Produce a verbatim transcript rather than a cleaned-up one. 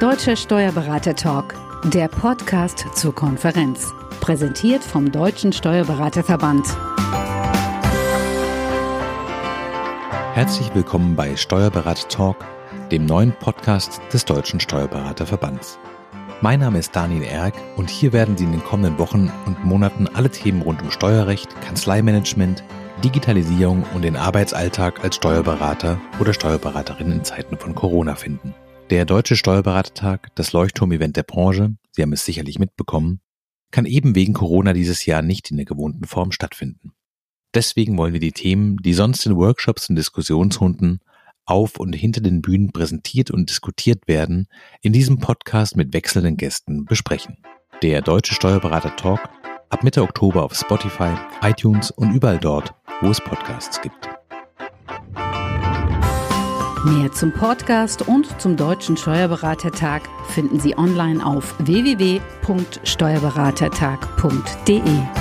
Deutscher Steuerberater-Talk, der Podcast zur Konferenz. Präsentiert vom Deutschen Steuerberaterverband. Herzlich willkommen bei Steuerberater-Talk, dem neuen Podcast des Deutschen Steuerberaterverbands. Mein Name ist Daniel Erck und hier werden Sie in den kommenden Wochen und Monaten alle Themen rund um Steuerrecht, Kanzleimanagement, Digitalisierung und den Arbeitsalltag als Steuerberater oder Steuerberaterin in Zeiten von Corona finden. Der Deutsche Steuerberatertag, das Leuchtturm-Event der Branche, Sie haben es sicherlich mitbekommen, kann eben wegen Corona dieses Jahr nicht in der gewohnten Form stattfinden. Deswegen wollen wir die Themen, die sonst in Workshops und Diskussionsrunden auf und hinter den Bühnen präsentiert und diskutiert werden, in diesem Podcast mit wechselnden Gästen besprechen. Der Deutsche Steuerberater-Talk ab Mitte Oktober auf Spotify, iTunes und überall dort, wo es Podcasts gibt. Mehr zum Podcast und zum Deutschen Steuerberatertag finden Sie online auf w w w punkt steuerberatertag punkt d e.